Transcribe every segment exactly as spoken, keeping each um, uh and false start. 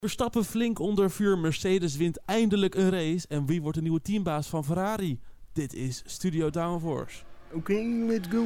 Verstappen flink onder vuur, Mercedes wint eindelijk een race. En wie wordt de nieuwe teambaas van Ferrari? Dit is Studio Downforce. Oké, okay, let's go.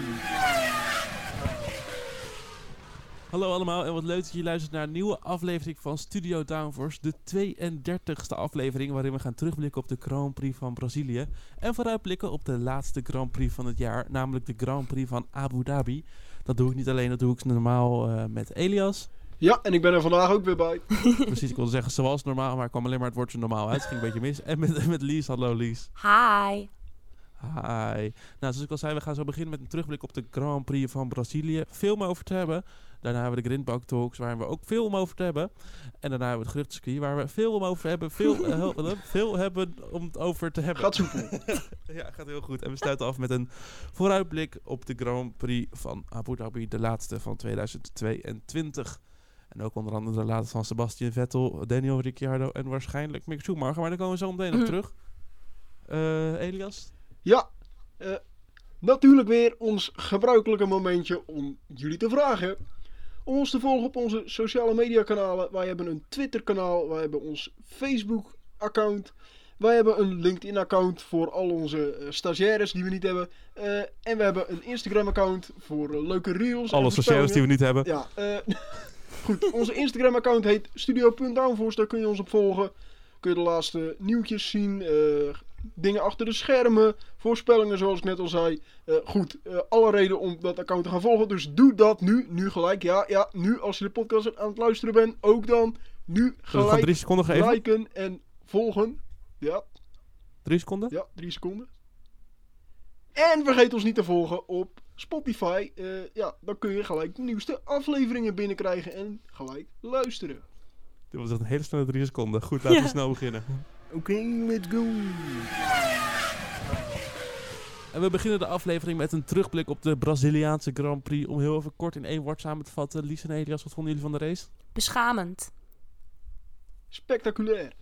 Hallo allemaal en wat leuk dat je luistert naar een nieuwe aflevering van Studio Downforce. De tweeëndertigste aflevering waarin we gaan terugblikken op de Grand Prix van Brazilië. En vooruitblikken op de laatste Grand Prix van het jaar, namelijk de Grand Prix van Abu Dhabi. Dat doe ik niet alleen, dat doe ik normaal uh, met Elias. Ja, en ik ben er vandaag ook weer bij. Precies, ik wilde zeggen zoals normaal, maar ik kwam alleen maar het woordje normaal uit. Het ging een beetje mis. En met, met Lies. Hallo Lies. Hi. Hi. Nou, zoals ik al zei, we gaan zo beginnen met een terugblik op de Grand Prix van Brazilië. Veel om over te hebben. Daarna hebben we de Grindbak Talks, waar we ook veel om over te hebben. En daarna hebben we het geruchtcircuit, waar we veel om over hebben. Veel, uh, veel hebben om het over te hebben. Gaat soepel. Ja, gaat heel goed. En we sluiten af met een vooruitblik op de Grand Prix van Abu Dhabi. De laatste van tweeduizend tweeëntwintig. En ook onder andere de laatste van Sebastian Vettel, Daniel Ricciardo en waarschijnlijk Mick Schumacher. Maar daar komen we zo meteen nog terug. Uh, Elias? Ja, uh, natuurlijk weer ons gebruikelijke momentje om jullie te vragen. Om ons te volgen op onze sociale media kanalen. Wij hebben een Twitter kanaal, wij hebben ons Facebook account. Wij hebben een LinkedIn account voor al onze uh, stagiaires die we niet hebben. Uh, en we hebben een Instagram account voor uh, leuke reels. Alle stagiaires die we niet hebben. Ja, uh, goed. Onze Instagram account heet studio punt downforce. Daar kun je ons op volgen. Kun je de laatste nieuwtjes zien. Uh, dingen achter de schermen. Voorspellingen zoals ik net al zei. Uh, goed, uh, alle reden om dat account te gaan volgen. Dus doe dat nu. Nu gelijk. Ja, ja, nu als je de podcast aan het luisteren bent. Ook dan. Nu gelijk drie seconden geven? liken en volgen. Ja. Drie seconden? Ja, drie seconden. En vergeet ons niet te volgen op Spotify. Uh, ja, dan kun je gelijk de nieuwste afleveringen binnenkrijgen en gelijk luisteren. Dit was echt een hele snelle drie seconden. Goed, laten we ja. snel beginnen. Oké, okay, let's go. En we beginnen de aflevering met een terugblik op de Braziliaanse Grand Prix. Om heel even kort in één woord samen te vatten. Lies en Elias, wat vonden jullie van de race? Beschamend. Spectaculair.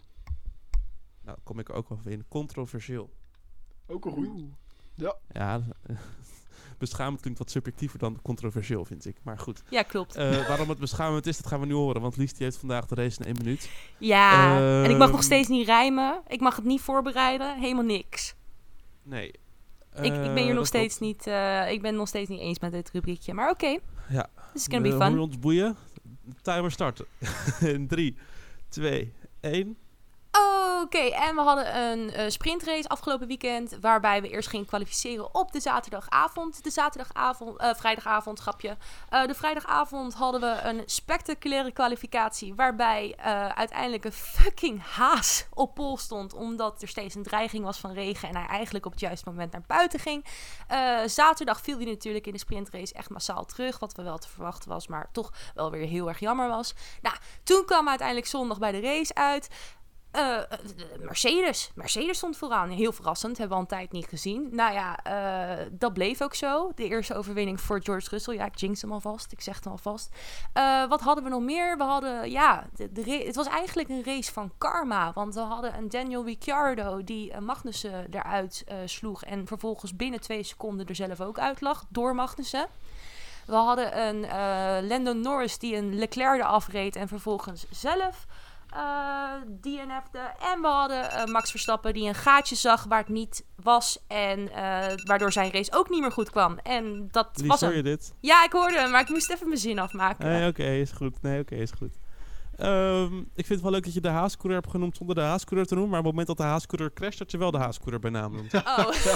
Nou, kom ik ook wel in. Controversieel. Ook een goeie. Ja. Ja, beschamend klinkt wat subjectiever dan controversieel, vind ik. Maar goed. Ja, klopt. Uh, waarom het beschamend is, dat gaan we nu horen. Want Lies die heeft vandaag de race in één minuut. Ja, uh, en ik mag nog steeds niet rijmen. Ik mag het niet voorbereiden. Helemaal niks. Nee. Uh, ik, ik ben hier nog steeds niet, uh, ik ben nog steeds niet eens met dit rubriekje. Maar oké. Okay. Ja. This is gonna be fun. Hoe ons boeien. Timer starten. In drie, twee, één. Oké, okay, en we hadden een uh, sprintrace afgelopen weekend, waarbij we eerst gingen kwalificeren op de zaterdagavond. De zaterdagavond, uh, vrijdagavond, grapje. Uh, de vrijdagavond hadden we een spectaculaire kwalificatie, waarbij uh, uiteindelijk een fucking haas op pol stond, omdat er steeds een dreiging was van regen en hij eigenlijk op het juiste moment naar buiten ging. Uh, zaterdag viel hij natuurlijk in de sprintrace echt massaal terug, wat we wel te verwachten was, maar toch wel weer heel erg jammer was. Nou, toen kwam uiteindelijk zondag bij de race uit. Uh, Mercedes. Mercedes stond vooraan. Heel verrassend. Hebben we al een tijd niet gezien. Nou ja, uh, dat bleef ook zo. De eerste overwinning voor George Russell. Ja, ik jinx hem alvast. Ik zeg het hem alvast. Uh, wat hadden we nog meer? We hadden, ja, de, de ra- het was eigenlijk een race van karma. Want we hadden een Daniel Ricciardo die uh, Magnussen eruit uh, sloeg. En vervolgens binnen twee seconden er zelf ook uit lag. Door Magnussen. We hadden een uh, Lando Norris die een Leclerc eraf reed. En vervolgens zelf Uh, D N F'de. En we hadden uh, Max Verstappen die een gaatje zag waar het niet was. En uh, waardoor zijn race ook niet meer goed kwam. En dat Lies, was hem. hoor je dit? Ja, ik hoorde hem, maar ik moest even mijn zin afmaken. Nee, oké, okay, is goed. Nee, oké, okay, is goed. Um, ik vind het wel leuk dat je de Haas-coureur hebt genoemd zonder de Haas-coureur te noemen. Maar op het moment dat de Haas-coureur crasht, dat je wel de Haas-coureur bij naam noemt. Oh.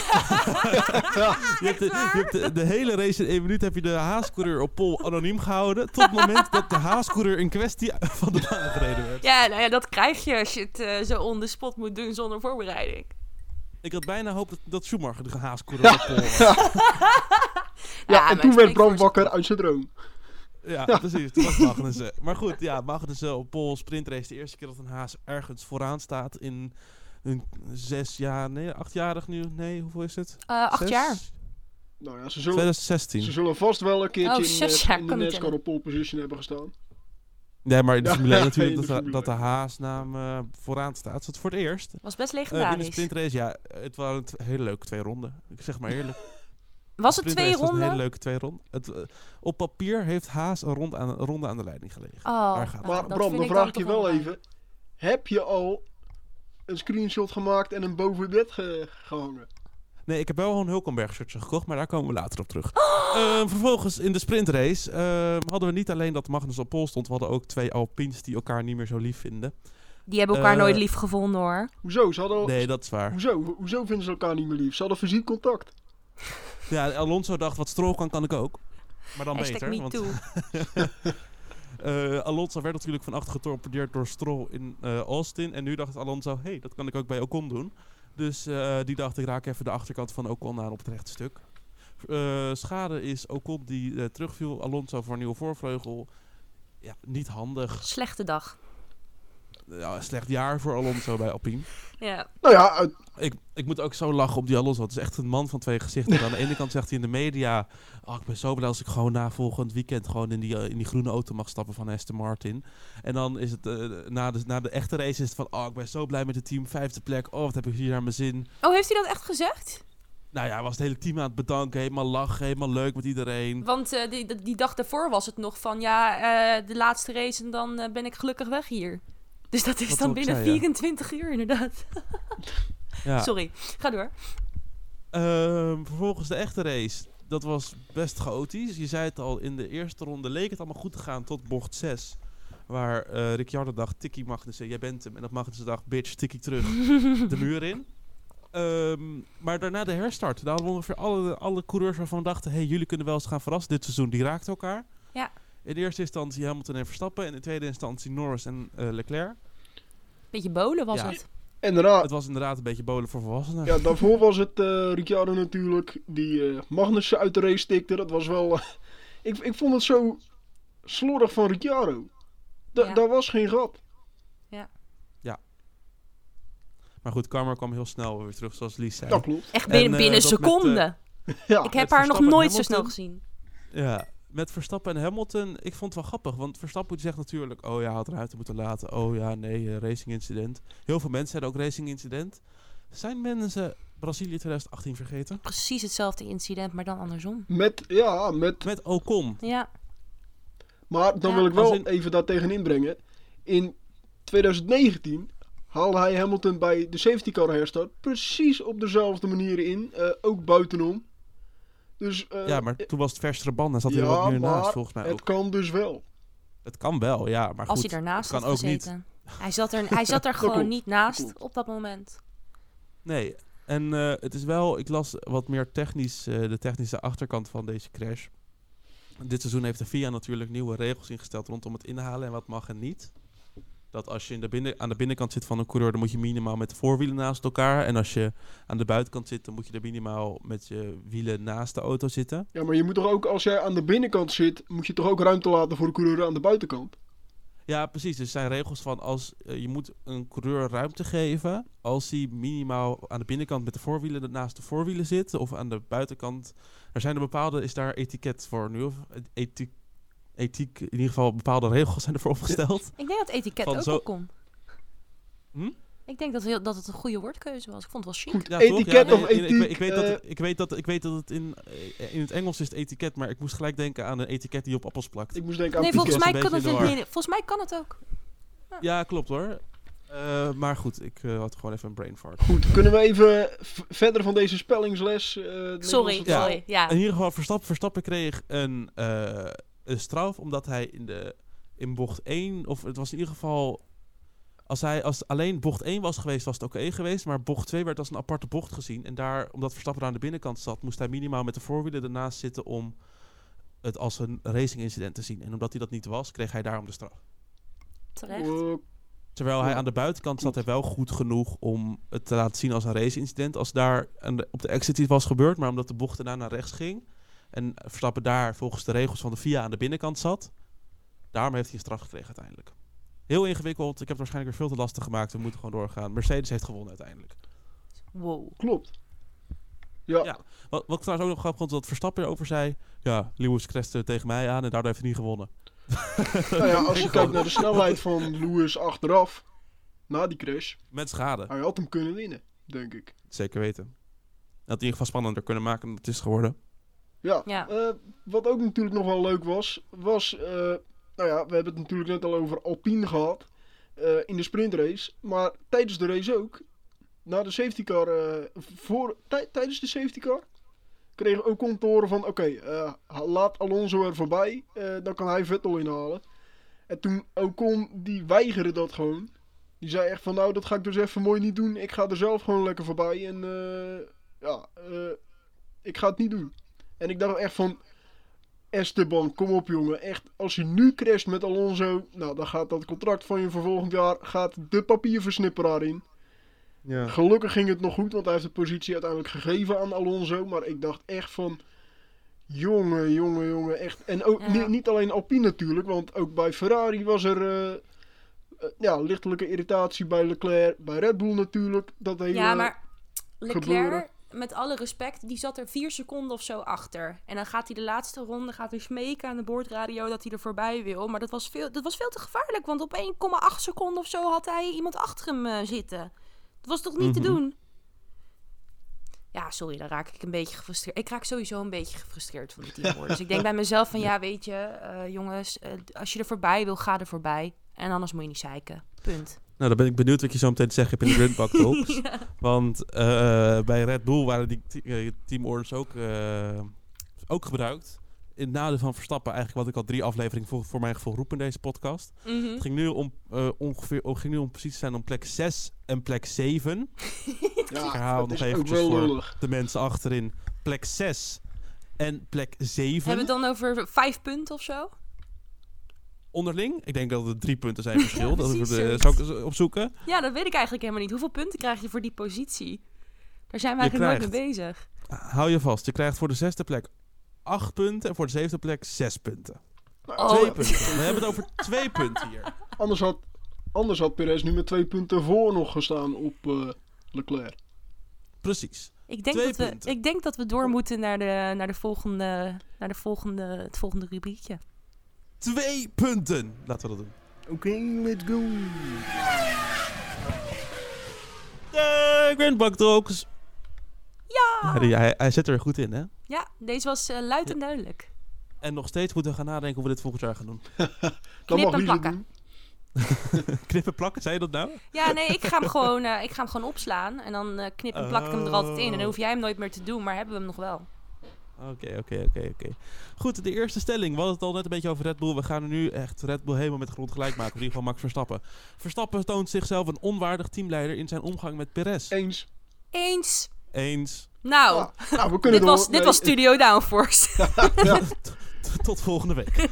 je hebt, de, je hebt de, de hele race in één minuut heb je de Haas-coureur op pol anoniem gehouden. Tot het moment dat de Haas-coureur in kwestie van de baan gereden werd. Ja, nou ja, dat krijg je als je het uh, zo on the spot moet doen zonder voorbereiding. Ik had bijna hoop dat, dat Schumacher de Haas-coureur op pol was. Ja, ja, en toen werd Bram wakker uit zijn droom. Ja, ja, precies. Toen was Magnussen. Maar goed, ja, Magnussen op pole sprintrace. De eerste keer dat een haas ergens vooraan staat in een zes jaar, nee, achtjarig nu. Nee, hoeveel is het? Uh, acht zes? jaar. Nou ja, ze zullen, twintig zestien. Ze zullen vast wel een keertje oh, in, jaar, in de NASCAR op pole position hebben gestaan. Nee, maar in de Formule ja, één natuurlijk ja, dat, de dat de haasnaam uh, vooraan staat. Dat is het voor het eerst. Was best Uh, legendarisch. in de sprintrace, ja, het waren t- heel leuk twee ronden. Ik zeg maar eerlijk. Was het De twee sprintrace was een hele ronden? leuke twee ronden. Het, uh, op papier heeft Haas een ronde aan, een ronde aan de leiding gelegen. Oh, Daar gaat het. nou, Maar dat Bram, vind dan ik vraag ik je toch wel wel even. Heb je al een screenshot gemaakt en hem boven je bed ge- gehangen? Nee, ik heb wel een Hulkenberg shirtje gekocht, maar daar komen we later op terug. Uh, vervolgens in de sprintrace uh, hadden we niet alleen dat Magnus op pol stond, we hadden ook twee Alpines die elkaar niet meer zo lief vinden. Die hebben elkaar Uh, nooit lief gevonden hoor. Hoezo? Ze hadden al... Nee, dat is waar. Hoezo? Ho- Hoezo vinden ze elkaar niet meer lief? Ze hadden fysiek contact. Ja, Alonso dacht, wat Stroll kan, kan ik ook. Maar dan Hashtag beter. me Want too. uh, Alonso werd natuurlijk van achter getorpedeerd door Stroll in uh, Austin. En nu dacht Alonso, hé, hey, dat kan ik ook bij Ocon doen. Dus uh, die dacht, ik raak even de achterkant van Ocon aan op het rechte stuk. Uh, schade is Ocon die uh, terugviel. Alonso voor een nieuwe voorvleugel. Ja, niet handig. Slechte dag. Ja, slecht jaar voor Alonso bij Alpine. Ja. Nou ja, uit- Ik, ik moet ook zo lachen op die Alonso. Het is echt een man van twee gezichten. Aan de ene kant zegt hij in de media... Oh, ik ben zo blij als ik gewoon na volgend weekend... gewoon in die, uh, in die groene auto mag stappen van Aston Martin. En dan is het... Uh, na, de, na de echte race is het van... Oh, ik ben zo blij met het team. Vijfde plek. Oh, wat heb ik hier naar mijn zin. Oh, heeft hij dat echt gezegd? Nou ja, hij was het hele team aan het bedanken. Helemaal lachen. Helemaal leuk met iedereen. Want uh, die, die, die dag daarvoor was het nog van... Ja, uh, de laatste race en dan uh, ben ik gelukkig weg hier. Dus dat is Wat dan ook binnen zei, ja. vierentwintig uur inderdaad. Ja. Sorry, ga door. Uh, vervolgens de echte race. Dat was best chaotisch. Je zei het al, in de eerste ronde leek het allemaal goed te gaan tot bocht zes. Waar uh, Ricciardo dacht, tikkie Magnussen, jij bent hem. En dat Magnussen dacht, bitch, tikkie terug de muur in. Um, maar daarna de herstart. Daar hadden we ongeveer alle, alle coureurs waarvan we dachten... Hé, hey, jullie kunnen wel eens gaan verrassen dit seizoen. Die raakten elkaar. Ja. In eerste instantie Hamilton en Verstappen. En in tweede instantie Norris en uh, Leclerc. Beetje bolen was Ja. het. en daarna... Het was inderdaad een beetje bolen voor volwassenen. Ja, daarvoor was het uh, Ricciardo natuurlijk, die uh, Magnussen uit de race stikte. Dat was wel... Uh, ik, ik vond het zo slordig van Ricciardo. Da- Ja. Daar was geen gat. Maar goed, Karma kwam heel snel weer terug, zoals Lies zei. Dat klopt. Echt binnen, En, uh, binnen dat met, seconden. Ja, ik heb met haar nog Verstappen en nooit zo Hamilton. snel gezien. Ja, met Verstappen en Hamilton, ik vond het wel grappig. Want Verstappen zegt natuurlijk, oh ja, had eruit moeten laten. Oh ja, nee, uh, racing incident. Heel veel mensen zeiden ook racing incident. Zijn mensen Brazilië twintig achttien vergeten? Precies hetzelfde incident, maar dan andersom. met... Ja, met... Met Ocon. Ja. Maar dan Ja. wil ik wel Als in- even daar tegen inbrengen. In twintig negentien haalde hij Hamilton bij de safety car herstart precies op dezelfde manier in. Uh, ook buitenom. Dus... Uh, Ja, maar toen was het versere band en zat hij ja, er wat meer maar naast, volgens mij het ook. kan dus wel. Het kan wel, ja, maar Als goed. hij daarnaast het had kan ook niet. gezeten. Hij zat er, hij zat er gewoon klopt, niet naast klopt. op dat moment. Nee, en uh, het is wel, ik las wat meer technisch, uh, de technische achterkant van deze crash. Dit seizoen heeft de F I A natuurlijk nieuwe regels ingesteld rondom het inhalen en wat mag en niet. Dat als je in de binnen, aan de binnenkant zit van een coureur, dan moet je minimaal met de voorwielen naast elkaar. En als je aan de buitenkant zit, dan moet je er minimaal met je wielen naast de auto zitten. Ja, maar je moet toch ook, als jij aan de binnenkant zit, moet je toch ook ruimte laten voor de coureur aan de buitenkant? Ja, precies. Er zijn regels van als uh, je moet een coureur ruimte geven als hij minimaal aan de binnenkant met de voorwielen naast de voorwielen zit of aan de buitenkant. Er zijn er bepaalde, is daar etiket voor nu of ethiek, ethiek in ieder geval bepaalde regels zijn ervoor opgesteld. Ik denk dat etiket Van ook zo- wel kon. Hm? Ik denk dat, heel, dat het een goede woordkeuze was. Ik vond het wel chic. Goed, Ja, etiket toch? Ja, of nee, ik, ik, ethiek? ik, weet dat, eh, het- ik, weet dat, ik weet dat het in, eh, in het Engels is het etiket, maar ik moest gelijk denken aan een etiket die op appels plakt. ik moest denken aan Nee, Piquet. volgens was mij, een kan het, beetje in de nee, volgens mij kan het ook. Ja, klopt hoor. Uh, maar goed, ik uh, had gewoon even een brain fart. Goed, kunnen we even v- verder van deze spellingsles? eh, de Nederlandse Sorry, taal? sorry. Ja. In ieder geval, Verstappen, Verstappen kreeg een, uh, een straf omdat hij in, de, in bocht één, of het was in ieder geval, als hij als alleen bocht één was geweest, was het oké geweest. Maar bocht twee werd als een aparte bocht gezien. En daar, omdat Verstappen aan de binnenkant zat, moest hij minimaal met de voorwielen ernaast zitten om het als een racing incident te zien. En omdat hij dat niet was, kreeg hij daarom de straf. Terecht. Eh, Terwijl hij Ja. aan de buitenkant zat hij wel goed genoeg om het te laten zien als een race-incident. Als daar aan de, op de exit iets was gebeurd, maar omdat de bocht daarna naar rechts ging en Verstappen daar volgens de regels van de F I A aan de binnenkant zat, daarom heeft hij een straf gekregen uiteindelijk. Heel ingewikkeld, ik heb het waarschijnlijk weer veel te lastig gemaakt, we moeten gewoon doorgaan. Mercedes heeft gewonnen uiteindelijk. Wow. klopt. Ja, Ja. Wat, wat ik trouwens ook nog grappig vond, dat Verstappen erover zei, ja, Lewis crashte tegen mij aan en daardoor heeft hij niet gewonnen. nou ja, als je kijkt naar de snelheid van Lewis achteraf, na die crash, Met schade, hij had hem kunnen winnen, denk ik. zeker weten. Hij had in ieder geval spannender kunnen maken dan het is geworden. Ja, Ja. eh, wat ook natuurlijk nog wel leuk was, was, uh, nou ja, we hebben het natuurlijk net al over Alpine gehad uh, in de sprintrace. Maar tijdens de race ook, na de safety car, uh, voor, tij- tijdens de safety car, kreeg Ocon te horen van, oké, okay, uh, laat Alonso er voorbij, uh, dan kan hij Vettel inhalen. En toen Ocon, die weigerde dat gewoon. Die zei echt van, nou, dat ga ik dus even mooi niet doen. Ik ga er zelf gewoon lekker voorbij en uh, ja, uh, ik ga het niet doen. En ik dacht echt van, Esteban, kom op jongen. Echt, als je nu crasht met Alonso, nou, dan gaat dat contract van je voor volgend jaar, gaat de papierversnipperaar in. Ja. Gelukkig ging het nog goed, want hij heeft de positie uiteindelijk gegeven aan Alonso. Maar ik dacht echt van, jongen, jongen, jongen, echt. En ook Ja. niet, niet alleen Alpine natuurlijk, want ook bij Ferrari was er uh, uh, ja, lichtelijke irritatie bij Leclerc. Bij Red Bull natuurlijk, dat hele Ja, maar Leclerc, gebeuren. met alle respect, die zat er vier seconden of zo achter. En dan gaat hij de laatste ronde, gaat hij smeken aan de boordradio dat hij er voorbij wil. Maar dat was veel, dat was veel te gevaarlijk, want op één komma acht seconden of zo had hij iemand achter hem uh, zitten. Dat was toch niet Mhm. te doen? Ja, sorry, dan raak ik een beetje gefrustreerd. Ik raak sowieso een beetje gefrustreerd van die teamwoorden. Dus ik denk bij mezelf van, ja, weet je, uh, jongens, uh, als je er voorbij wil, ga er voorbij. En anders moet je niet zeiken. Punt. Nou, dan ben ik benieuwd wat je zo meteen te zeggen hebt in de Grindbak Talks. Ja. Want uh, bij Red Bull waren die t- uh, teamorders ook, uh, ook gebruikt. In het nadeel van Verstappen, eigenlijk wat ik al drie afleveringen voor, voor mijn gevoel roep in deze podcast. Mhm. Het ging nu om uh, ongeveer, oh, ging nu om precies te zijn om plek zes en plek zeven. Ja, Ik herhaal dat nog is ook eventjes wel voor lullig. de mensen achterin. Plek zes en plek zeven. Hebben we het dan over vijf punten of zo? Onderling. Ik denk dat er drie punten zijn verschil. Ja, dat we precies, de, zoiets. zou ik eens opzoeken. Ja, dat weet ik eigenlijk helemaal niet. Hoeveel punten krijg je voor die positie? Daar zijn we Je eigenlijk nooit krijgt- mee bezig. Hou je vast. Je krijgt voor de zesde plek acht punten en voor de zevende plek zes punten. Nou, Oh. Twee punten. We hebben het over twee punten hier. Anders had, anders had Perez nu met twee punten voor nog gestaan op uh, Leclerc. Precies. Ik denk, Twee dat we, punten. ik denk dat we door moeten naar, de, naar, de volgende, naar de volgende, het volgende rubriekje. Twee punten. Laten we dat doen. Oké, okay, let's go. De Grindbak Talks. Ja! Ja, die- hij, hij zit er goed in, hè? Ja, deze was uh, luid en duidelijk. En nog steeds moeten we gaan nadenken hoe we dit volgend jaar gaan doen. Dan Knip mag en Lies het plakken. doen. Knippen plakken, zei je dat nou? Ja, nee, ik ga hem gewoon, uh, ik ga hem gewoon opslaan. En dan uh, knip en plak ik hem er altijd in. En dan hoef jij hem nooit meer te doen, maar hebben we hem nog wel. Oké, oké, oké, oké. Goed, de eerste stelling. We hadden het al net een beetje over Red Bull. We gaan er nu echt Red Bull helemaal met de grond gelijk maken. In ieder geval Max Verstappen. Verstappen toont zichzelf een onwaardig teamleider in zijn omgang met Perez. Eens. Eens. Eens. Nou, Ja, nou, we kunnen dit, door. was, dit Nee, was Studio Downforce. Ja. Tot volgende week.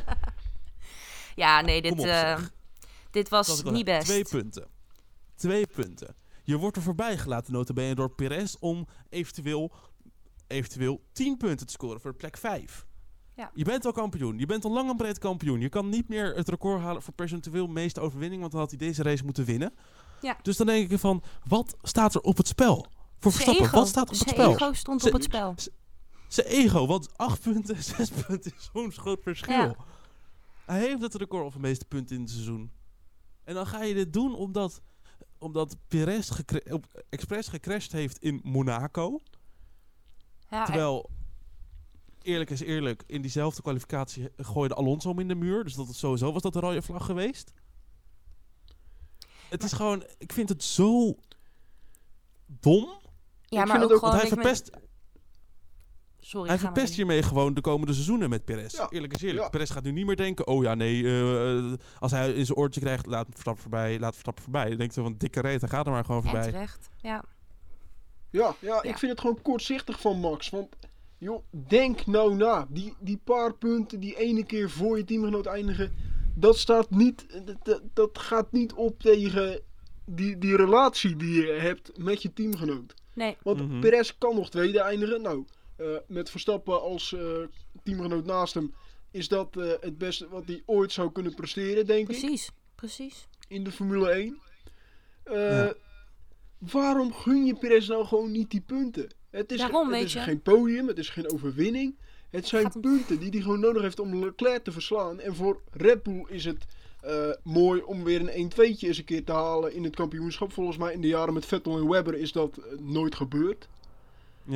Ja, nee, Kom dit, op, uh, zeg. dit Dat was ik al niet heb. best. Twee punten. Twee punten. Je wordt er voorbij gelaten, nota bene, door Perez om eventueel, eventueel tien punten te scoren voor plek vijf. Ja. Je bent al kampioen. Je bent al lang en breed kampioen. Je kan niet meer het record halen voor percentueel meeste overwinning, want dan had hij deze race moeten winnen. Ja. Dus dan denk ik van, wat staat er op het spel? Voor Zijn Verstappen, ego. wat staat op het Zijn spel? ego stond Zijn- op het spel. Zijn ego, want acht punten, zes punten is zo'n groot verschil. Ja. Hij heeft het record van de meeste punten in het seizoen. En dan ga je dit doen omdat, omdat Perez gecra- op, expres gecrashed heeft in Monaco. Ja, Terwijl, eerlijk is eerlijk, in diezelfde kwalificatie gooide Alonso hem in de muur. Dus dat het sowieso was dat de rode vlag geweest. Het is gewoon, ik vind het zo dom. ja, ik maar vind ook het ook- gewoon... Want hij weet je, met- verpest, Sorry, hij ga maar verpest door. hiermee gewoon de komende seizoenen met Perez. Ja. Eerlijk is eerlijk. Ja. Perez gaat nu niet meer denken, oh ja, nee, uh, als hij in zijn oortje krijgt, laat Verstappen voorbij, laat Verstappen voorbij. Dan denkt hij van, dikke reet, hij gaat er maar gewoon En voorbij. terecht, ja. Ja, ja, Ja. ik vind het gewoon kortzichtig van Max. Want, joh, denk nou na. Die, die paar punten, die ene keer voor je teamgenoot eindigen, dat staat niet, dat- dat, dat gaat niet op tegen die, die relatie die je hebt met je teamgenoot. Nee, Want Mhm. Perez kan nog tweede eindigen. Nou, uh, met Verstappen als uh, teamgenoot naast hem is dat uh, het beste wat hij ooit zou kunnen presteren, denk ik, precies. Precies. in de Formule één. Uh, Ja. Waarom gun je Perez nou gewoon niet die punten? Het is, Daarom, het weet is je. geen podium, het is geen overwinning. Het zijn Gaat hem- punten die hij gewoon nodig heeft om Leclerc te verslaan. En voor Red Bull is het uh, mooi om weer een één tweetje eens een keer te halen in het kampioenschap. Volgens mij in de jaren met Vettel en Webber is dat uh, nooit gebeurd. Ja.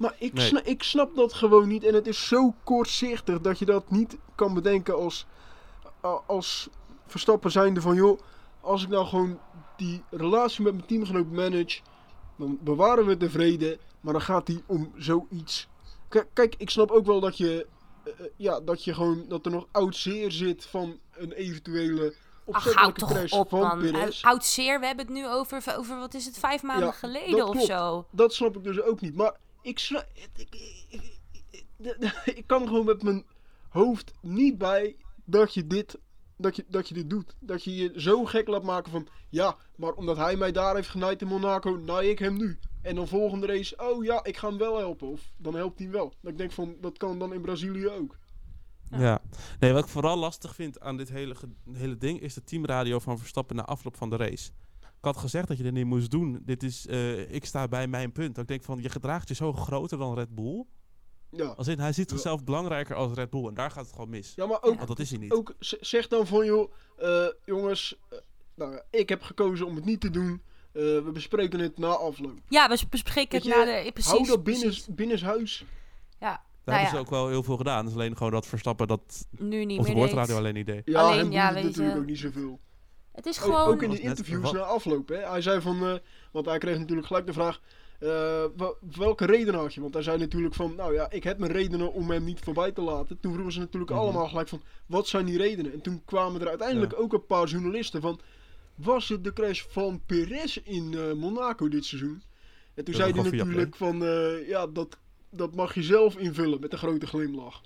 Maar ik, Nee. sna- ik snap dat gewoon niet. En het is zo kortzichtig dat je dat niet kan bedenken als, a- als Verstappen zijnde van... joh, als ik nou gewoon die relatie met mijn teamgenoot manage... dan bewaren we de vrede. Maar dan gaat hij om zoiets... K- kijk, ik snap ook wel dat je... eh, eh, ja, dat je gewoon... dat er nog oud zeer zit van een eventuele... Ach, houd opzettelijke toch crash op, van man. Perez. Oud zeer, we hebben het nu over, over wat is het, vijf maanden Ja, geleden dat of klopt. zo. Dat snap ik dus ook niet. Maar ik, snap, ik, ik, ik, ik, ik kan er gewoon met mijn hoofd niet bij dat je dit, dat je, dat je dit doet. Dat je je zo gek laat maken van... Ja, maar omdat hij mij daar heeft genaaid in Monaco, naai ik hem nu. En dan volgende race, oh ja, ik ga hem wel helpen. Of dan helpt hij hem wel. Dat ik denk van, dat kan dan in Brazilië ook. Ja. Ja. Nee, wat ik vooral lastig vind aan dit hele, ge- hele ding... is de teamradio van Verstappen na afloop van de race. Ik had gezegd dat je dit niet moest doen. Dit is, uh, ik sta bij mijn punt. Dat ik denk van, je gedraagt je zo groter dan Red Bull. Ja, Als in, hij ziet zichzelf belangrijker als Red Bull. En daar gaat het gewoon mis. ja maar ook, Want dat is hij niet. ook z- zeg dan van, joh, eh, jongens, eh, nou, ja, ik heb gekozen om het niet te doen. Eh, we bespreken het na afloop. Ja, we bespreken het Weet je, na de... Precies, Hou dat binnen, precies. binnenshuis. Ja, Daar nou hebben ja, ze ook wel heel veel gedaan. Het is alleen gewoon dat Verstappen dat nu niet op de meer boordradio deed. alleen niet deed. Ja, Alleen, hem ja, boeit het weet je, natuurlijk ook niet zoveel. Het is Ook, gewoon... ook in Was de net- interviews wat- na afloop, hè. Hij zei van, eh, want hij kreeg natuurlijk gelijk de vraag, eh, wa- welke reden had je? Want hij zei natuurlijk van, nou ja, ik heb mijn redenen om hem niet voorbij te laten. Toen vroegen ze natuurlijk Mhm. allemaal gelijk van, wat zijn die redenen? En toen kwamen er uiteindelijk Ja. ook een paar journalisten van, was het de crash van Perez in eh, Monaco dit seizoen? En toen Dat zei was hij wel via natuurlijk van, eh, ja, dat, dat mag je zelf invullen met een grote glimlach.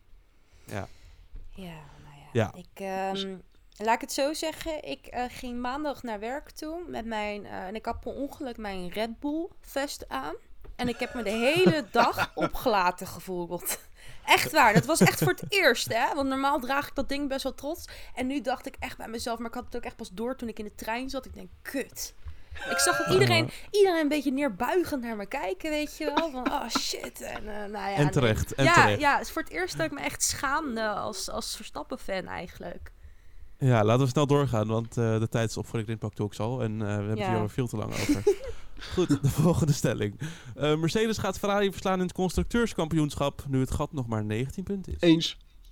Ja. Ja, nou ja. Ja. Ik, ehm, laat ik het zo zeggen. Ik eh, ging maandag naar werk toe met mijn... eh, en ik had per ongeluk mijn Red Bull vest aan. En ik heb me de hele dag opgelaten gevoeld. Echt waar. Dat was echt voor het eerst, hè. Want normaal draag ik dat ding best wel trots. En nu dacht ik echt bij mezelf... Maar ik had het ook echt pas door toen ik in de trein zat. Ik denk, kut. Ik zag dat iedereen, iedereen een beetje neerbuigend naar me kijken, weet je wel. Van, oh shit. En, uh, nou ja, En terecht, nee. en ja, terecht. Ja, het is voor het eerst dat ik me echt schaamde als, als Verstappen-fan eigenlijk. Ja, laten we snel doorgaan, want uh, de tijd is op voor de Grindpak Talks al. En uh, we hebben Ja. het hier al veel te lang over. Goed, de volgende stelling. Uh, Mercedes gaat Ferrari verslaan in het constructeurskampioenschap, nu het gat nog maar negentien punten is. Eens.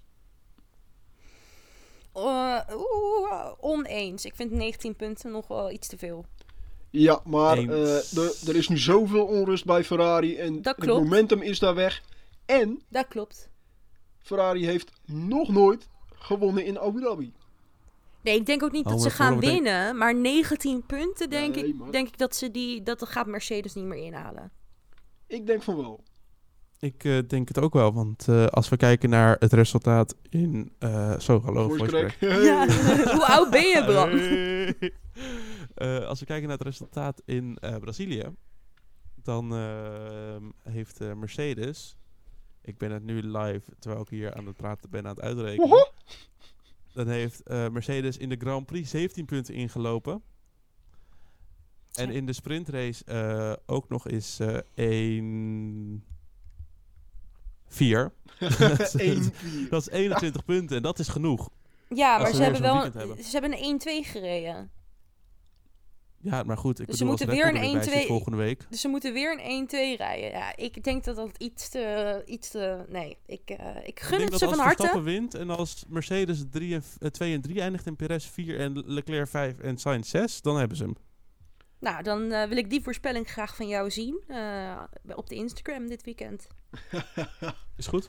Uh, oeh, oneens. Ik vind negentien punten nog wel iets te veel. Ja, maar Eens. uh, de, er is nu zoveel onrust bij Ferrari en Dat het klopt. momentum is daar weg. En Dat klopt. Ferrari heeft nog nooit gewonnen in Abu Dhabi. Nee, ik denk ook niet Oh, dat ze maar gaan voordat we winnen. Maar negentien punten, denk, Nee, ik, maar- denk ik dat ze die... Dat gaat Mercedes niet meer inhalen. Ik denk van wel. Ik uh, denk het ook wel, want uh, als we kijken naar het resultaat in... Uh, zo, hallo, Voice voice crack. crack. Ja. Hoe oud ben je, Bram? Hey. Uh, als we kijken naar het resultaat in uh, Brazilië, dan uh, heeft uh, Mercedes... Ik ben het nu live, terwijl ik hier aan het praten ben, aan het uitrekenen. Woehoe. Dan heeft uh, Mercedes in de Grand Prix zeventien punten ingelopen. En in de sprintrace uh, ook nog eens uh, één vier. één vier. Dat is eenentwintig punten en dat is genoeg. Ja, Als maar ze ze weer hebben zo'n wel... weekend hebben. Ze hebben een één twee gereden. Ja, maar goed, ik Dus ze bedoel, moeten als weer Red Bull een erbij zit één twee volgende week. Dus ze moeten weer een één twee rijden. Ja, ik denk dat dat iets te... Iets te nee, ik, uh, ik gun Ik denk het dat ze als van harte. Verstappen wint en als Mercedes drie en, uh, twee en drie eindigt en Perez vier en Leclerc vijf en Sainz zes, dan hebben ze hem. Nou, dan uh, wil ik die voorspelling graag van jou zien. Uh, op de Instagram dit weekend. Is goed.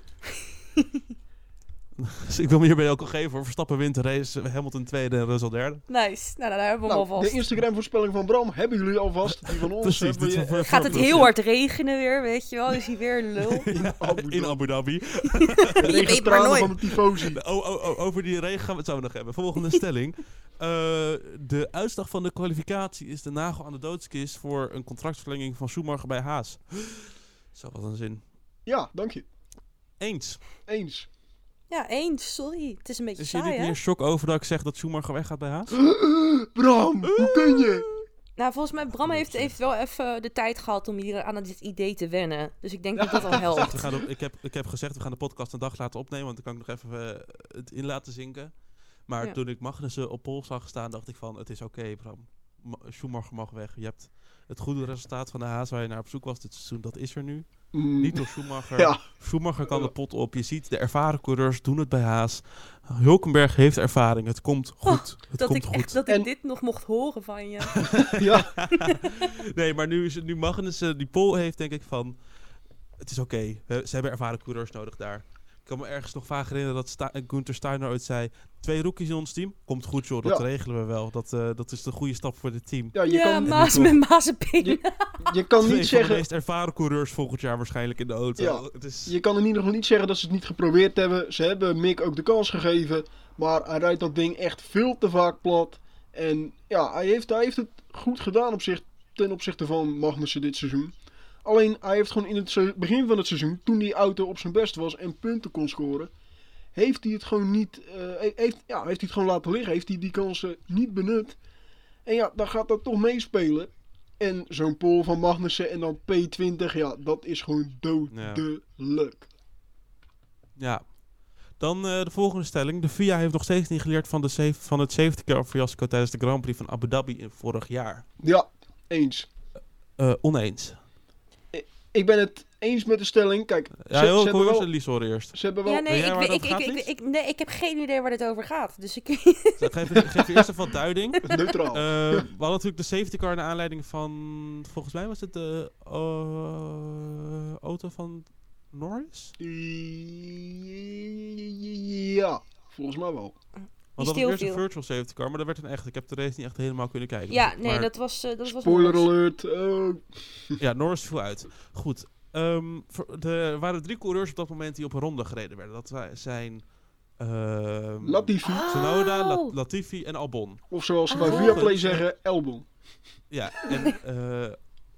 Dus ik wil me hierbij ook al geven voor Verstappen wint de race, Hamilton tweede en Russell derde. Nice. Nou, daar hebben we hem Nou, alvast. de Instagram voorspelling van Bram hebben jullie alvast. Die van ons Precies, hebben dit we is voor- Gaat het voor- heel ja. hard regenen weer, weet je wel? Is hij weer een lul? in Abu In Dhabi. Abu Dhabi. De Je weet maar regentranen nooit. van de tifosi. Oh, oh, oh, over die regen gaan we het zo nog hebben. Volgende stelling. Uh, de uitslag van de kwalificatie is de nagel aan de doodskist voor een contractverlenging van Schumacher bij Haas. Zo, wat een zin. Ja, dank je. Eens. Eens. Ja, eens. Sorry. Het is een beetje Is je saai, niet hè? meer shock over dat ik zeg dat Schumacher weggaat bij Haas? Bram, hoe kun je? Nou, volgens mij, Bram heeft, heeft wel even de tijd gehad om hier aan dit idee te wennen. Dus ik denk dat dat al helpt. We gaan op, ik, heb, ik heb gezegd, we gaan de podcast een dag laten opnemen, want dan kan ik nog even uh, het in laten zinken. Maar Ja. toen ik Magnussen op pol zag staan, dacht ik van, het is oké, okay, Bram. Schumacher mag weg. Je hebt het goede resultaat van de Haas waar je naar op zoek was dit seizoen. Dat is er nu. Mm. Niet door Schumacher. Ja. Schumacher kan de pot op. Je ziet, de ervaren coureurs doen het bij Haas. Hulkenberg heeft ervaring. Het komt goed. Oh, het dat komt ik goed. echt dat En- ik dit nog mocht horen van je. Ja. Nee, maar nu, is het, nu Magnussen die pole heeft, denk ik van... Het is oké. Okay. Ze hebben ervaren coureurs nodig daar. Ik kan me ergens nog vaak herinneren dat Sta- Gunther Steiner ooit zei... Twee rookies in ons team. Komt goed, joh. Dat Ja. regelen we wel. Dat, uh, dat is de goede stap voor het team. Ja, je ja, kan, Maas toch- met Mazepin. Je- je kan Twee niet van zeggen... de meest ervaren coureurs volgend jaar waarschijnlijk in de auto. Ja. Het is... Je kan in ieder geval niet zeggen dat ze het niet geprobeerd hebben. Ze hebben Mick ook de kans gegeven. Maar hij rijdt dat ding echt veel te vaak plat. En ja, hij heeft, hij heeft het goed gedaan op zich, ten opzichte van Magnussen dit seizoen. Alleen hij heeft gewoon in het se- begin van het seizoen, toen die auto op zijn best was en punten kon scoren, heeft hij het gewoon niet, eh, he- heeft, ja, heeft hij het gewoon laten liggen. Heeft hij die kansen niet benut. En ja, dan gaat dat toch meespelen. En zo'n pole van Magnussen en dan P twintig, ja, dat is gewoon dodelijk. Ja. Dan uh, de volgende stelling. De V I A heeft nog steeds niet geleerd van, de safe, van het safety car fiasco tijdens de Grand Prix van Abu Dhabi in vorig jaar. Ja, eens. Uh, oneens. Ik ben het eens met de stelling. Kijk, Ja, ze, joh, ze ik hebben hoor wel... eerst Lies horen eerst. Ze hebben wel... Ja, nee, Weet jij ik, waar ik, het ik, over ik, gaat, ik, Lies? ik, nee, ik heb geen idee waar dit over gaat. Dus ik... Ik geef, ik geef je eerst even wat duiding. Neutraal. Uh, we hadden natuurlijk de safety car naar aanleiding van... Volgens mij was het de uh, auto van Norris? Ja, volgens mij wel. Want dat was eerst een stilviel. virtual safety car, maar dat werd een echt. Ik heb de race niet echt helemaal kunnen kijken. Ja, Dus- nee, maar- dat was... Uh, dat was Spoiler Norris. alert. Oh. Ja, Norris viel uit. Goed. Um, voor de, er waren drie coureurs op dat moment die op een ronde gereden werden. Dat wa- zijn... Um, Latifi. Ah. Tsunoda, La- Oh. Latifi en Albon. Of zoals ze bij Oh. Viaplay zeggen, Albon. Ja, en uh,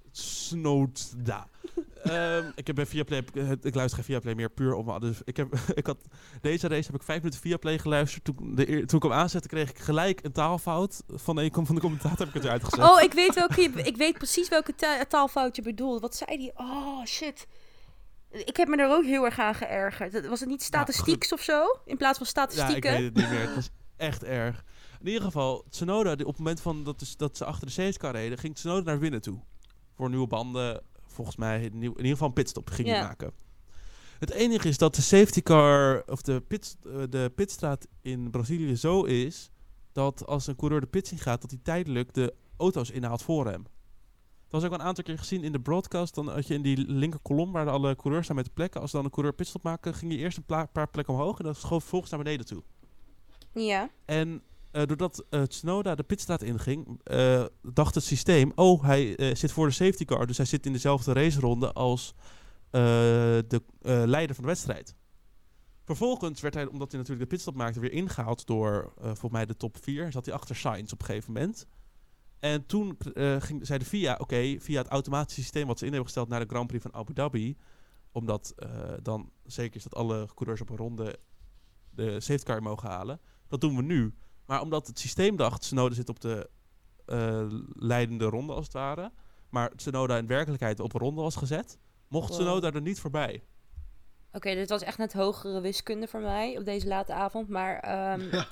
Tsunoda. Um, ik heb bij Viaplay, ik, ik luister geen Viaplay meer puur om. Dus ik heb, ik had, deze race heb ik vijf minuten Viaplay geluisterd. Toen, de, eer- toen ik hem aanzette, kreeg ik gelijk een taalfout. Van de, van de commentator heb ik het eruit gezet. Oh, ik weet, welke, je- ik weet precies welke ta- taalfout je bedoelt. Wat zei die? Oh, shit. Ik heb me er ook heel erg aan geërgerd. Was het niet statistieks of zo? In plaats van Ja, ik statistieken? weet het niet meer. Het was echt erg. In ieder geval, Tsunoda, die op het moment van dat, is, dat ze achter de safety car reden, ging Tsunoda naar binnen toe. Voor nieuwe banden, volgens mij, een nieuw, in ieder geval een pitstop ging hij Ja. maken. Het enige is dat de safety car, of de, pit, de pitstraat in Brazilië zo is, dat als een coureur de pits in gaat, dat hij tijdelijk de auto's inhaalt voor hem. Dat was ook al een aantal keer gezien in de broadcast. Dan had je in die linker kolom waar alle coureurs staan met de plekken. Als dan een coureur pitstop maakte, ging je eerst een pla- paar plekken omhoog en dan schoof vervolgens naar beneden toe. Ja. En uh, doordat uh, Tsunoda de pitstraat inging, uh, dacht het systeem, oh, hij uh, zit voor de safety car. Dus hij zit in dezelfde raceronde als uh, de uh, leider van de wedstrijd. Vervolgens werd hij, omdat hij natuurlijk de pitstop maakte, weer ingehaald door uh, volgens mij de top vier. Zat hij achter Sainz op een gegeven moment. En toen uh, ging, zei de V I A, oké, okay, via het automatische systeem wat ze in hebben gesteld naar de Grand Prix van Abu Dhabi, omdat uh, dan zeker is dat alle coureurs op een ronde de safety car mogen halen. Dat doen we nu. Maar omdat het systeem dacht, Tsunoda zit op de uh, leidende ronde als het ware, maar Tsunoda in werkelijkheid op een ronde was gezet, mocht Wow. Tsunoda er niet voorbij. Oké, okay, dit was echt net hogere wiskunde voor mij op deze late avond. Maar um, uh,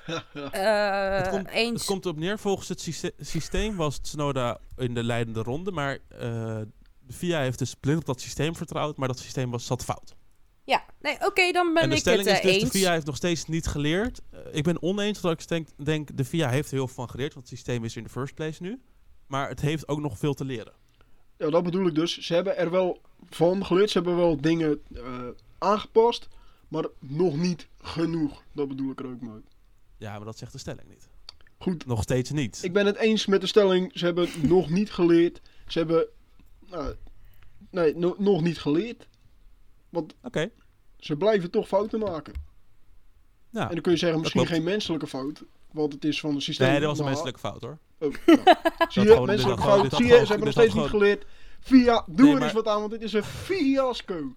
het, komt, eens... het komt erop neer, volgens het syste- systeem was Tsunoda in de leidende ronde, maar uh, de V I A heeft dus blind op dat systeem vertrouwd, maar dat systeem was, zat fout. Ja, nee, oké, okay, dan ben en de ik stelling het is uh, dus, eens. de V I A heeft nog steeds niet geleerd. Uh, ik ben oneens, omdat ik denk, denk, de V I A heeft er heel veel van geleerd, want het systeem is in de first place nu. Maar het heeft ook nog veel te leren. Ja, dat bedoel ik dus. Ze hebben er wel van geleerd. Ze hebben wel dingen uh, aangepast, maar nog niet genoeg. Dat bedoel ik er ook mee. Ja, maar dat zegt de stelling niet. Goed. Nog steeds niet. Ik ben het eens met de stelling. Ze hebben nog niet geleerd. Ze hebben... Nou, nee, no, nog niet geleerd. Want okay. ze blijven toch fouten maken. Ja, en dan kun je zeggen, misschien klopt. geen menselijke fout. Want het is van een systeem... Nee, dat was een maar... menselijke fout hoor. Oh, nou. Zie je, gewoon- menselijke dit had fout. gewoon- Zie dit je, had ze hebben nog gewoon- steeds dit niet had geleerd. Via, doe Nee, er maar- eens wat aan, want dit is een fiasco.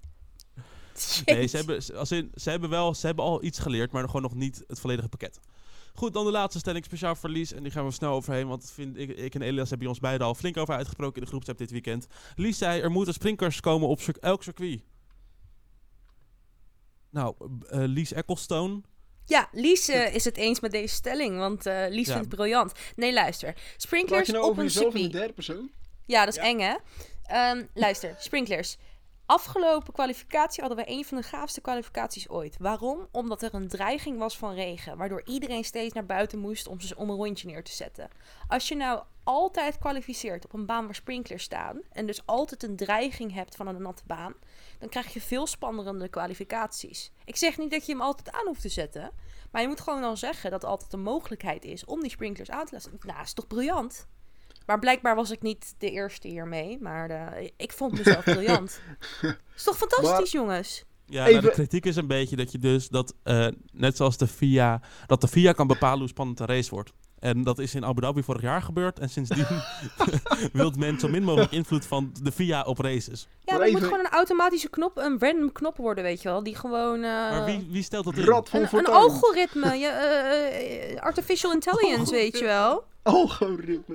Nee, ze hebben, als in, ze hebben wel, ze hebben al iets geleerd, maar gewoon nog niet het volledige pakket. Goed, dan de laatste stelling speciaal voor Lies. En die gaan we snel overheen, want vind ik, ik en Elias hebben ons beiden al flink over uitgesproken in de groepsapp dit weekend. Lies zei, er moeten sprinkers komen op cir- elk circuit. Nou, uh, Lies Ecclestone Ja, Lies uh, is het eens met deze stelling, want uh, Lies ja. vindt het briljant. Nee, luister. Sprinklers je nou op over een jezelf circuit. in de derde persoon? Ja, dat is ja. eng, hè? Um, luister, sprinklers. Afgelopen kwalificatie hadden we een van de gaafste kwalificaties ooit. Waarom? Omdat er een dreiging was van regen, waardoor iedereen steeds naar buiten moest om, om een rondje neer te zetten. Als je nou altijd kwalificeert op een baan waar sprinklers staan, en dus altijd een dreiging hebt van een natte baan, dan krijg je veel spannendere kwalificaties. Ik zeg niet dat je hem altijd aan hoeft te zetten, maar je moet gewoon al zeggen dat er altijd een mogelijkheid is om die sprinklers aan te laten. Nou, dat is toch briljant? Maar blijkbaar was ik niet de eerste hiermee. Maar de, ik vond mezelf briljant. Is toch fantastisch, maar, jongens? Ja, nou, de kritiek is een beetje dat je dus dat, uh, net zoals de F I A, dat de F I A kan bepalen hoe spannend een race wordt. En dat is in Abu Dhabi vorig jaar gebeurd. En sindsdien wil men zo min mogelijk invloed van de F I A op races. Ja, maar het moet gewoon een automatische knop, een random knop worden, weet je wel. Die gewoon... Uh, maar wie, wie stelt dat in? Rad van een, een algoritme. Ja, uh, artificial intelligence, weet je wel. Algoritme.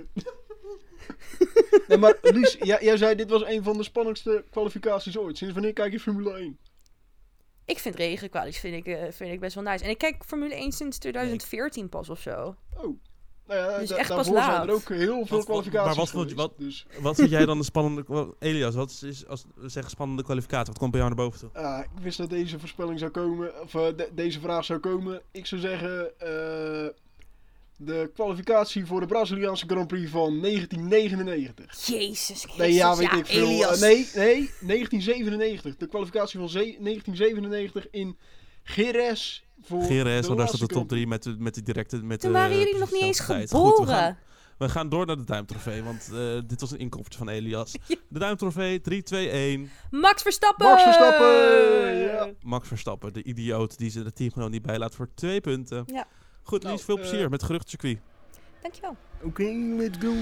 Nee, maar Lies, jij, jij zei dit was een van de spannendste kwalificaties ooit. Sinds wanneer kijk je Formule één? Ik vind regenkwalies vind ik, uh, vind ik best wel nice. En ik kijk Formule één sinds twintig veertien pas of zo. Oh. Nou ja, dus da- echt daarvoor pas laat. zijn er ook heel veel wat, kwalificaties Maar wat, geweest, wat, dus. wat vind jij dan de spannende... Elias, wat is als we zeggen spannende kwalificatie? Wat komt bij jou naar boven toe? Uh, ik wist dat deze voorspelling zou komen, of uh, de- deze vraag zou komen. Ik zou zeggen... Uh, de kwalificatie voor de Braziliaanse Grand Prix van negentien negenennegentig. Jezus Christus, nee, ja, weet ja, ik veel. Elias. Uh, nee, nee, negentien zevenennegentig. De kwalificatie van ze- negentien zevenennegentig in Jerez. Voor Jerez, de want daar staat de Grand top drie met de, met die directe... Met Toen de, waren jullie nog niet eens tijd. geboren. Goed, we, gaan, we gaan door naar de duimtrofee, want uh, dit was een inkoppertje van Elias. Ja. De duimtrofee, drie, twee, één. Max Verstappen! Max Verstappen! Ja. Max Verstappen, de idioot die ze de teamgenoot niet bijlaat voor twee punten. Ja. Goed, Lies, Nou, veel plezier uh, met het geruchtcircuit. Dankjewel. Oké, okay, let's go.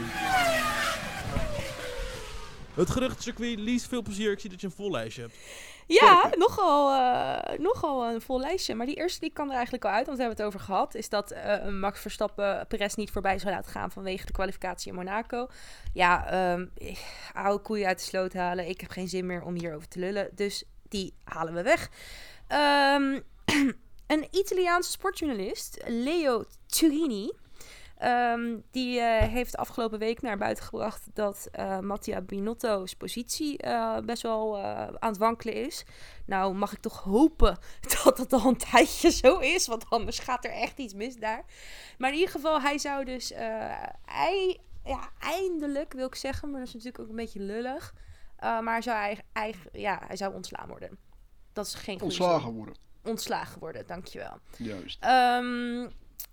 Het geruchtcircuit, Lies, veel plezier. Ik zie dat je een vol lijstje hebt. Ja, nogal, uh, nogal een vol lijstje. Maar die eerste die kan er eigenlijk al uit, want we hebben het over gehad. Is dat uh, Max Verstappen Perez niet voorbij zou laten gaan vanwege de kwalificatie in Monaco. Ja, um, oude koeien uit de sloot halen. Ik heb geen zin meer om hierover te lullen. Dus die halen we weg. Um, een Italiaanse sportjournalist, Leo Turini... Um, die uh, heeft afgelopen week naar buiten gebracht dat uh, Mattia Binotto's positie uh, best wel uh, aan het wankelen is. Nou mag ik toch hopen dat dat al een tijdje zo is, want anders gaat er echt iets mis daar. Maar in ieder geval, hij zou dus uh, ei, ja, eindelijk, wil ik zeggen, maar dat is natuurlijk ook een beetje lullig. Uh, maar hij zou, eigen, eigen, ja, hij zou ontslaan worden. Dat is geen goede Ontslagen zin. worden. Ontslagen worden, dankjewel. Juist. Um,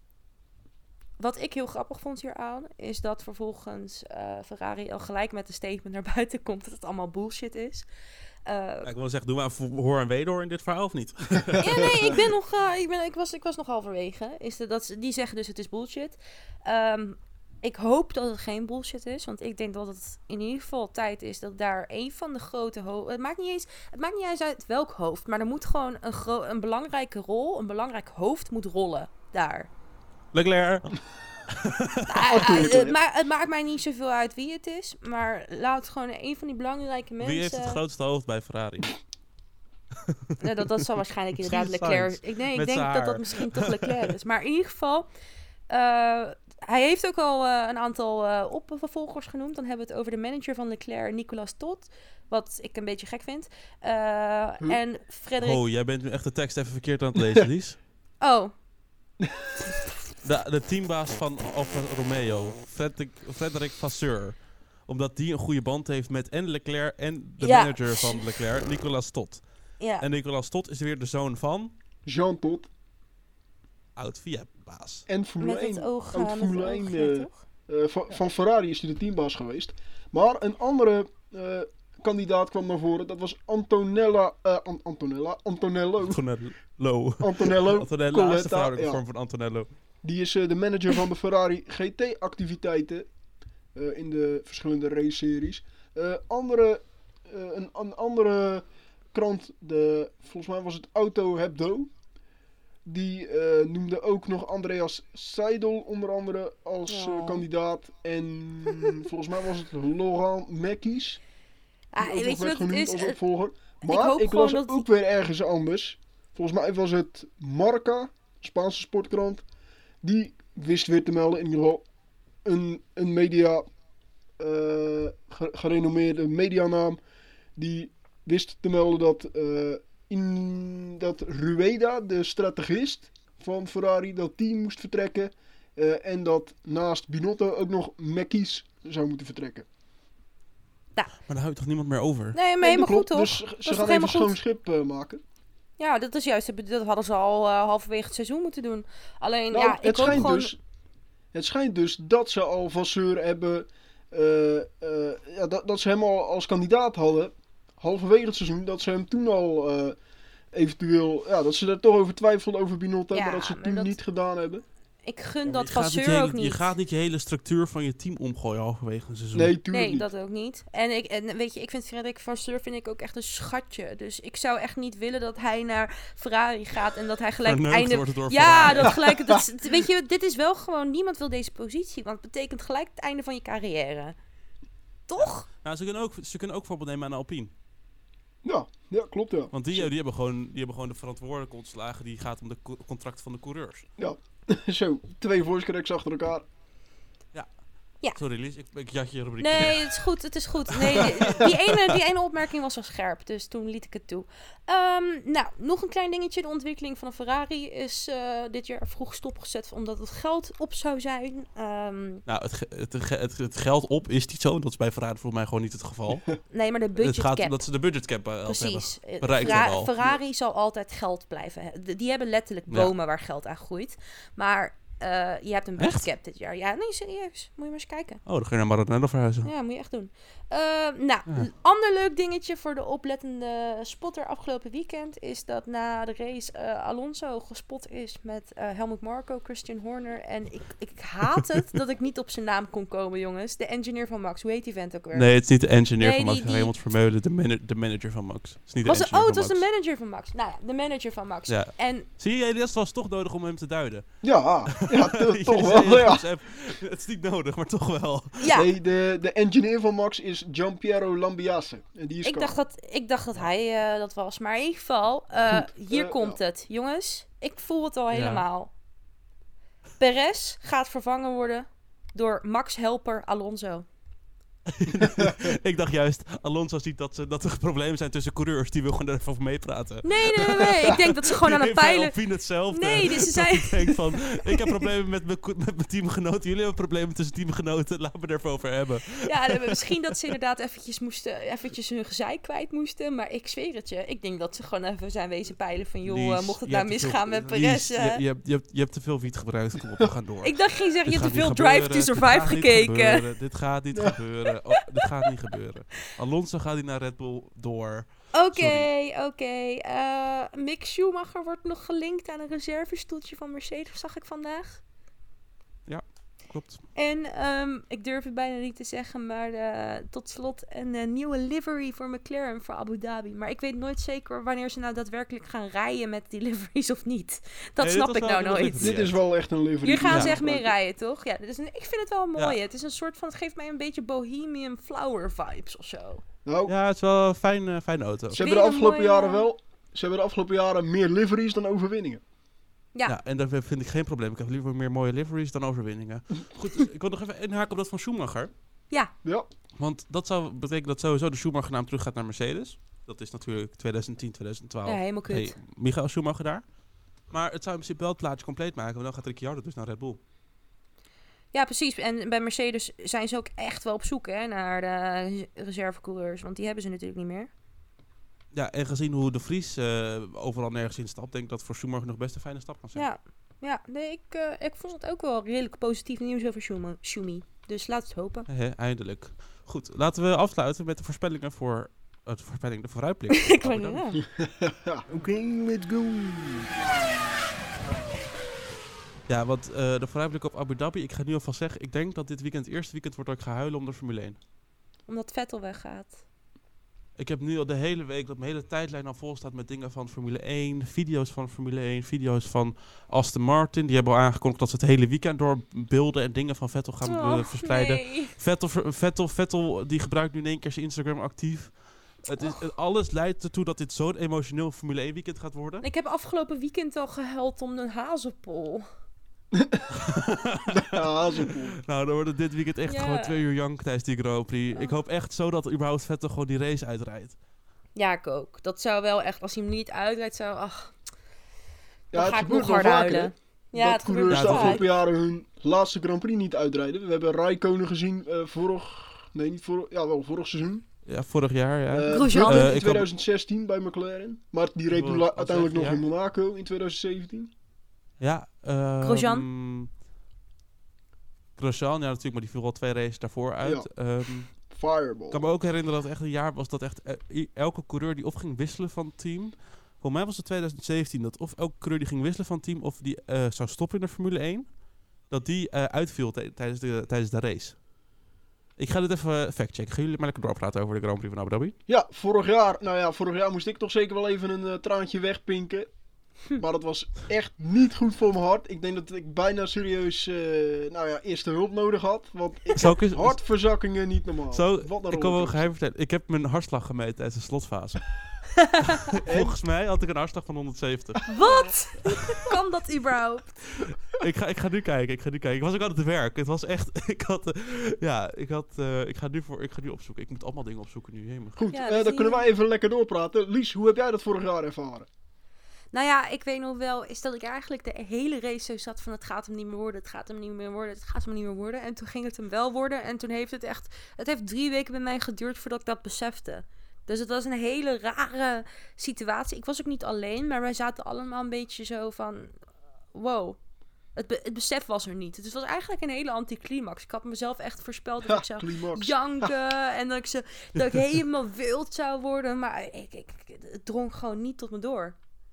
Wat ik heel grappig vond hieraan, is dat vervolgens uh, Ferrari al gelijk met een statement naar buiten komt dat het allemaal bullshit is. Uh, ja, ik wil zeggen, doen we een hoor en wederhoor in dit verhaal of niet? ja, nee, ik ben nog, uh, ik, ben, ik, was, ik was nog halverwege. Is de, dat, die zeggen dus het is bullshit. Um, ik hoop dat het geen bullshit is, want ik denk dat het in ieder geval tijd is dat daar een van de grote hoofden... Het maakt niet eens, het maakt niet eens uit welk hoofd, maar er moet gewoon een, gro- een belangrijke rol, een belangrijk hoofd moet rollen daar. Leclerc. Nou, uh, het, ma- het maakt mij niet zoveel uit wie het is, maar laat gewoon een van die belangrijke mensen... Wie heeft het grootste hoofd bij Ferrari? Ja, dat, dat zal waarschijnlijk inderdaad Leclerc... Ik, nee, ik denk dat dat misschien toch Leclerc is. Maar in ieder geval, uh, hij heeft ook al uh, een aantal uh, opvolgers genoemd. Dan hebben we het over de manager van Leclerc, Nicolas Todt. Wat ik een beetje gek vind. Uh, hm? En Frederik... Oh, jij bent nu echt de tekst even verkeerd aan het lezen, Lies. Oh. De, de teambaas van Alfa Romeo, Frederik, Frederik Vasseur. Omdat die een goede band heeft met en Leclerc en de ja. manager van Leclerc, Nicolas Todt. Ja. En Nicolas Todt is weer de zoon van... Jean Todt. Oud F I A-baas. En Formule met één. Het oog, Oud uh, Formule met één. oog, Uh, ja, uh, van, van Ferrari is hij de teambaas geweest. Maar een andere uh, kandidaat kwam naar voren. Dat was Antonella... Uh, An- Antonella? Antonello. Antonello. Antonello. Antonella is de vrouwelijke vorm van Antonello. Die is uh, de manager van de Ferrari G T-activiteiten uh, in de verschillende race-series. Uh, andere, uh, een, een andere krant, de, volgens mij was het Auto Hebdo, die uh, noemde ook nog Andreas Seidel onder andere als ja. uh, kandidaat. En volgens mij was het Laurent Mekies, die ah, ook weet nog je werd wat het genoemd is? als opvolger. Ik Maar hoop ik, gewoon las dat ook weer ergens anders. Volgens mij was het Marca Spaanse sportkrant, die wist weer te melden, in ieder geval een, een media, uh, gerenommeerde medianaam, die wist te melden dat, uh, in, dat Rueda, de strategist van Ferrari, dat die moest vertrekken. Uh, en dat naast Binotto ook nog Mekies zou moeten vertrekken. Nou. Maar daar hou je toch niemand meer over? Nee, maar helemaal goed, toch? Dus ze, ze gaan even schoon schip uh, maken. Ja, dat is juist. Dat hadden ze al uh, halverwege het seizoen moeten doen. Alleen, nou, ja, ik het hoop schijnt gewoon... Dus, het schijnt dus dat ze al Vasseur hebben... Uh, uh, ja, dat, dat ze hem al als kandidaat hadden, halverwege het seizoen, dat ze hem toen al uh, eventueel... Ja, dat ze er toch over twijfelden over Binotto, ja, maar dat ze het toen dat... niet gedaan hebben. Ik gun ja, dat Vasseur ook niet. Je gaat niet je hele structuur van je team omgooien halverwege een seizoen. Nee, tuurlijk nee niet. dat ook niet. En, ik, en weet je, ik vind Frederik Vasseur vind ik ook echt een schatje. Dus ik zou echt niet willen dat hij naar Ferrari gaat en dat hij gelijk het einde... Wordt door ja, dat gelijk... Dat, weet je, dit is wel gewoon... Niemand wil deze positie, want het betekent gelijk het einde van je carrière. Toch? Nou, ze kunnen ook, ze kunnen ook voorbeeld nemen aan Alpine. Ja, ja, klopt ja. Want die, die, hebben gewoon, die hebben gewoon de verantwoordelijke ontslagen die gaat om de co- contract van de coureurs. Ja, zo, twee voice cracks achter elkaar. Ja. Ja. Sorry Lies, ik, ik jat je rubriek. Nee, het is goed, het is goed. Nee, die, die, ene, die ene opmerking was wel scherp, dus toen liet ik het toe. Um, nou, nog een klein dingetje. De ontwikkeling van een Ferrari is uh, dit jaar vroeg stopgezet omdat het geld op zou zijn. Um, nou, het, ge- het, ge- het, het geld op is niet zo. Dat is bij Ferrari volgens mij gewoon niet het geval. nee, maar de budget Het gaat cap. omdat ze de budgetcap uh, Precies. bereikt Ferra- hebben al. Ferrari zal altijd geld blijven. He- die hebben letterlijk bomen ja. waar geld aan groeit. Maar... Uh, je hebt een budgetcap dit jaar. Ja, nee, serieus. Moet je maar eens kijken. Oh, dan ga je naar Maranello verhuizen. Ja, moet je echt doen. Uh, nou, ja. Een ander leuk dingetje voor de oplettende spotter afgelopen weekend is dat na de race uh, Alonso gespot is met uh, Helmut Marko, Christian Horner. En ik, ik haat het dat ik niet op zijn naam kon komen, jongens. De engineer van Max. Hoe heet die vent ook weer? Nee, het is niet de engineer nee, van Max. Die, die... Raymond Vermeulen, de, man- de manager van Max. Het is niet was de het, oh, het van was Max. de manager van Max. Nou ja, de manager van Max. Ja. En... Zie je, dat was toch nodig om hem te duiden. Ja, ja t- toch wel. Ja. Het is niet nodig, maar toch wel. Ja. Nee, de, de engineer van Max is Giampiero Lambiase. En die is ik, dacht dat, ik dacht dat hij uh, dat was. Maar in ieder geval, uh, hier uh, komt ja. het. Jongens, ik voel het al helemaal. Ja. Perez gaat vervangen worden door Max helper Alonso. Ik dacht juist, Alonso ziet dat, ze, dat er problemen zijn tussen coureurs. Die wil gewoon er even over meepraten. Nee, nee, nee, nee. Ik denk dat ze gewoon aan het peilen... Alpine hetzelfde. Nee, dus ze zijn... Ik denk van, ik heb problemen met mijn, met mijn teamgenoten. Jullie hebben problemen tussen teamgenoten. Laten we het er even over hebben. Ja, dan, misschien dat ze inderdaad eventjes, moesten, eventjes hun gezeik kwijt moesten. Maar ik zweer het je. Ik denk dat ze gewoon even zijn wezen peilen van... joh, Lies, mocht het nou misgaan veel, met Perez... Lies, uh... je, je, hebt, je, hebt, je hebt te veel wiet gebruikt. Kom op, we gaan door. Ik dacht, ging zeggen, dit je hebt te veel gebeuren. Drive to Survive dit gekeken. Dit gaat niet gebeuren. Oh, dit gaat niet gebeuren. Alonso gaat hij naar Red Bull door. Oké, okay, oké. Okay. Uh, Mick Schumacher wordt nog gelinkt aan een reservestoeltje van Mercedes, zag ik vandaag. Ja, klopt. En um, ik durf het bijna niet te zeggen, maar uh, tot slot een uh, nieuwe livery voor McLaren voor Abu Dhabi. Maar ik weet nooit zeker wanneer ze nou daadwerkelijk gaan rijden met die liveries of niet. Dat nee, snap ik nou nooit. Livery. Dit is wel echt een livery. Hier gaan ja. ze echt mee rijden, toch? Ja, dus een, ik vind het wel mooi. Ja. Het is een soort van, het geeft mij een beetje Bohemian Flower vibes of zo. Nou, ja, het is wel een fijne, fijne auto. Ze hebben de afgelopen mooie, jaren wel, ze hebben de afgelopen jaren meer liveries dan overwinningen. Ja. ja, en daar vind ik geen probleem. Ik heb liever meer mooie liveries dan overwinningen. Goed, ik wil nog even inhaken op dat van Schumacher. Ja. Ja. Want dat zou betekenen dat sowieso de Schumacher-naam terug gaat naar Mercedes. Dat is natuurlijk twintig tien, twintig twaalf. Ja, helemaal kut. Hey, Michael Schumacher daar. Maar het zou in principe wel het plaatje compleet maken. Want dan gaat Ricciardo dus naar Red Bull. Ja, precies. En bij Mercedes zijn ze ook echt wel op zoek hè, naar de reservecoureurs. Want die hebben ze natuurlijk niet meer. Ja, en gezien hoe de Vries uh, overal nergens in stapt, denk ik dat voor Schumacher nog best een fijne stap kan zijn. Ja, ja nee, ik, uh, ik vond het ook wel redelijk positief nieuws over Schumi. Schumi. Dus laten we het hopen. He, eindelijk. Goed, laten we afsluiten met de voorspellingen voor... Uh, de voorspelling, de vooruitblik. Ik weet niet. Oké, okay, let's go. Ja, want uh, de vooruitblik op Abu Dhabi, ik ga nu alvast zeggen, ik denk dat dit weekend het eerste weekend wordt dat ik ga huilen om de Formule één. Omdat Vettel weggaat. Ik heb nu al de hele week dat mijn hele tijdlijn al vol staat met dingen van Formule één, video's van Formule één, video's van Aston Martin. Die hebben al aangekondigd dat ze het hele weekend door beelden en dingen van Vettel gaan oh, uh, verspreiden. Nee. Vettel, Vettel, Vettel, die gebruikt nu in één keer zijn Instagram actief. Het is, het- alles leidt ertoe dat dit zo'n emotioneel Formule één weekend gaat worden. Ik heb afgelopen weekend al gehuild om een hazenpol. Ja, Hazelpoel. Nou, dan wordt het dit weekend echt Ja. gewoon twee uur jank tijdens die Grand Prix. Ik hoop echt zo dat überhaupt Vettel gewoon die race uitrijdt. Ja, ik ook. Dat zou wel echt, als hij hem niet uitrijdt, zou... Ach, Ja, dan het ga ik gebeurt nog wel harder vaker, huilen. hè, Ja, dat het gebeurt coureurs Ja, de dat wel afgelopen vaak. jaren hun laatste Grand Prix niet uitrijden. We hebben Raikkonen gezien eh, vorig... Nee, niet vorig... Ja, wel vorig seizoen. Ja, vorig jaar, ja. Eh, Grosjean. Button Eh, in ik kan- twintig zestien bij McLaren. Maar die reed wil toen het la- al uiteindelijk zeggen, nog ja. in Monaco in twintig zeventien. Ja, ehm Grosjean? Grosjean, ja natuurlijk, maar die viel al twee races daarvoor uit. Ehm, Fireball. ik kan me ook herinneren dat het echt een jaar was dat echt eh, i- elke coureur die of ging wisselen van team... Voor mij was het twintig zeventien dat of elke coureur die ging wisselen van team of die eh, zou stoppen in de Formule één, dat die eh, uitviel tij- tijdens, de, tijdens de race. Ik ga dit even factchecken. Gaan jullie maar lekker doorpraten over de Grand Prix van Abu Dhabi? Ja, vorig jaar, nou ja, vorig jaar moest ik toch zeker wel even een eh, traantje wegpinken. Maar dat was echt niet goed voor mijn hart. Ik denk dat ik bijna serieus, eh, nou ja, eerste hulp nodig had. Want ik Zou heb ik eens- hartverzakkingen niet normaal. Zo, Wat een ik kan wel een rollercoaster. geheim vertellen. Ik heb mijn hartslag gemeten tijdens de slotfase. Volgens mij had ik een hartslag van honderdzeventig. Wat? Kan dat überhaupt? ik, ga, ik ga nu kijken, ik ga nu kijken. Ik was ook aan het werk. Het was echt, ik had, eh, ja, ik had, eh, ik ga nu voor, ik ga nu opzoeken. Ik moet allemaal dingen opzoeken nu. Helemaal. Goed, Ja, eh, dat dan zie kunnen je. wij even lekker doorpraten. Lies, hoe heb jij dat vorig jaar ervaren? Nou ja, ik weet nog wel, is dat ik eigenlijk de hele race zo zat van het gaat hem niet meer worden, het gaat hem niet meer worden, het gaat hem niet meer worden. En toen ging het hem wel worden en toen heeft het echt, het heeft drie weken bij mij geduurd voordat ik dat besefte. Dus het was een hele rare situatie. Ik was ook niet alleen, maar wij zaten allemaal een beetje zo van, wow. Het, be- het besef was er niet. Het was eigenlijk een hele anticlimax. Ik had mezelf echt voorspeld dat Ha, ik zou climax. janken en dat ik, ze, dat ik helemaal wild zou worden. Maar ik, ik, het drong gewoon niet tot me door.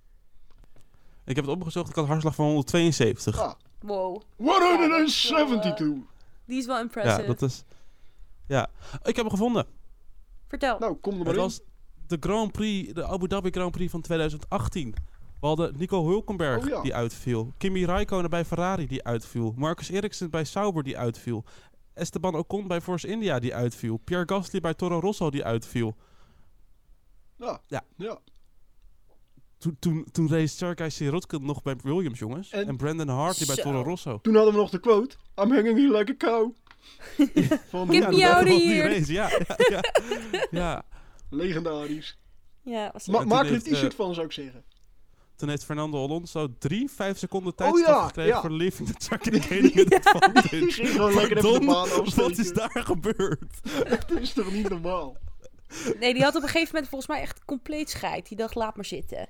Ik heb het opgezocht. Ik had een hartslag van honderdtweeënzeventig. Ah, Wow. honderdzevenentwintig. Die is wel impressive. ja, dat is... Ja. Ik heb hem gevonden. Vertel. Nou, kom er maar Het in. was de Grand Prix, de Abu Dhabi Grand Prix van twintig achttien. We hadden Nico Hülkenberg Oh ja. die uitviel. Kimi Räikkönen bij Ferrari die uitviel. Marcus Ericsson bij Sauber die uitviel. Esteban Ocon bij Force India die uitviel. Pierre Gasly bij Toro Rosso die uitviel. Ja, Ja. ja. Toen, toen, toen race Sergei Sirotkin nog bij Williams, jongens. En- En, Brandon Hartley bij Zo. Toro Rosso. Toen hadden we nog de quote. I'm hanging here like a cow. Van Get Ja, me dat out was of die here. race, Ja, ja, ja. ja. legendarisch. Ja, was Ma toen maak er een heeft, t-shirt eh, van, zou ik zeggen. Toen heeft Fernando Alonso drie, vijf seconden Oh tijdstop ja, gekregen ja. voor leaving the track in the advantage. Die ging gewoon lekker even de Pardon? baan afsteken. Wat is daar gebeurd? Dat is toch niet normaal? Nee, die had op een gegeven moment volgens mij echt compleet scheid. Die dacht, laat maar zitten.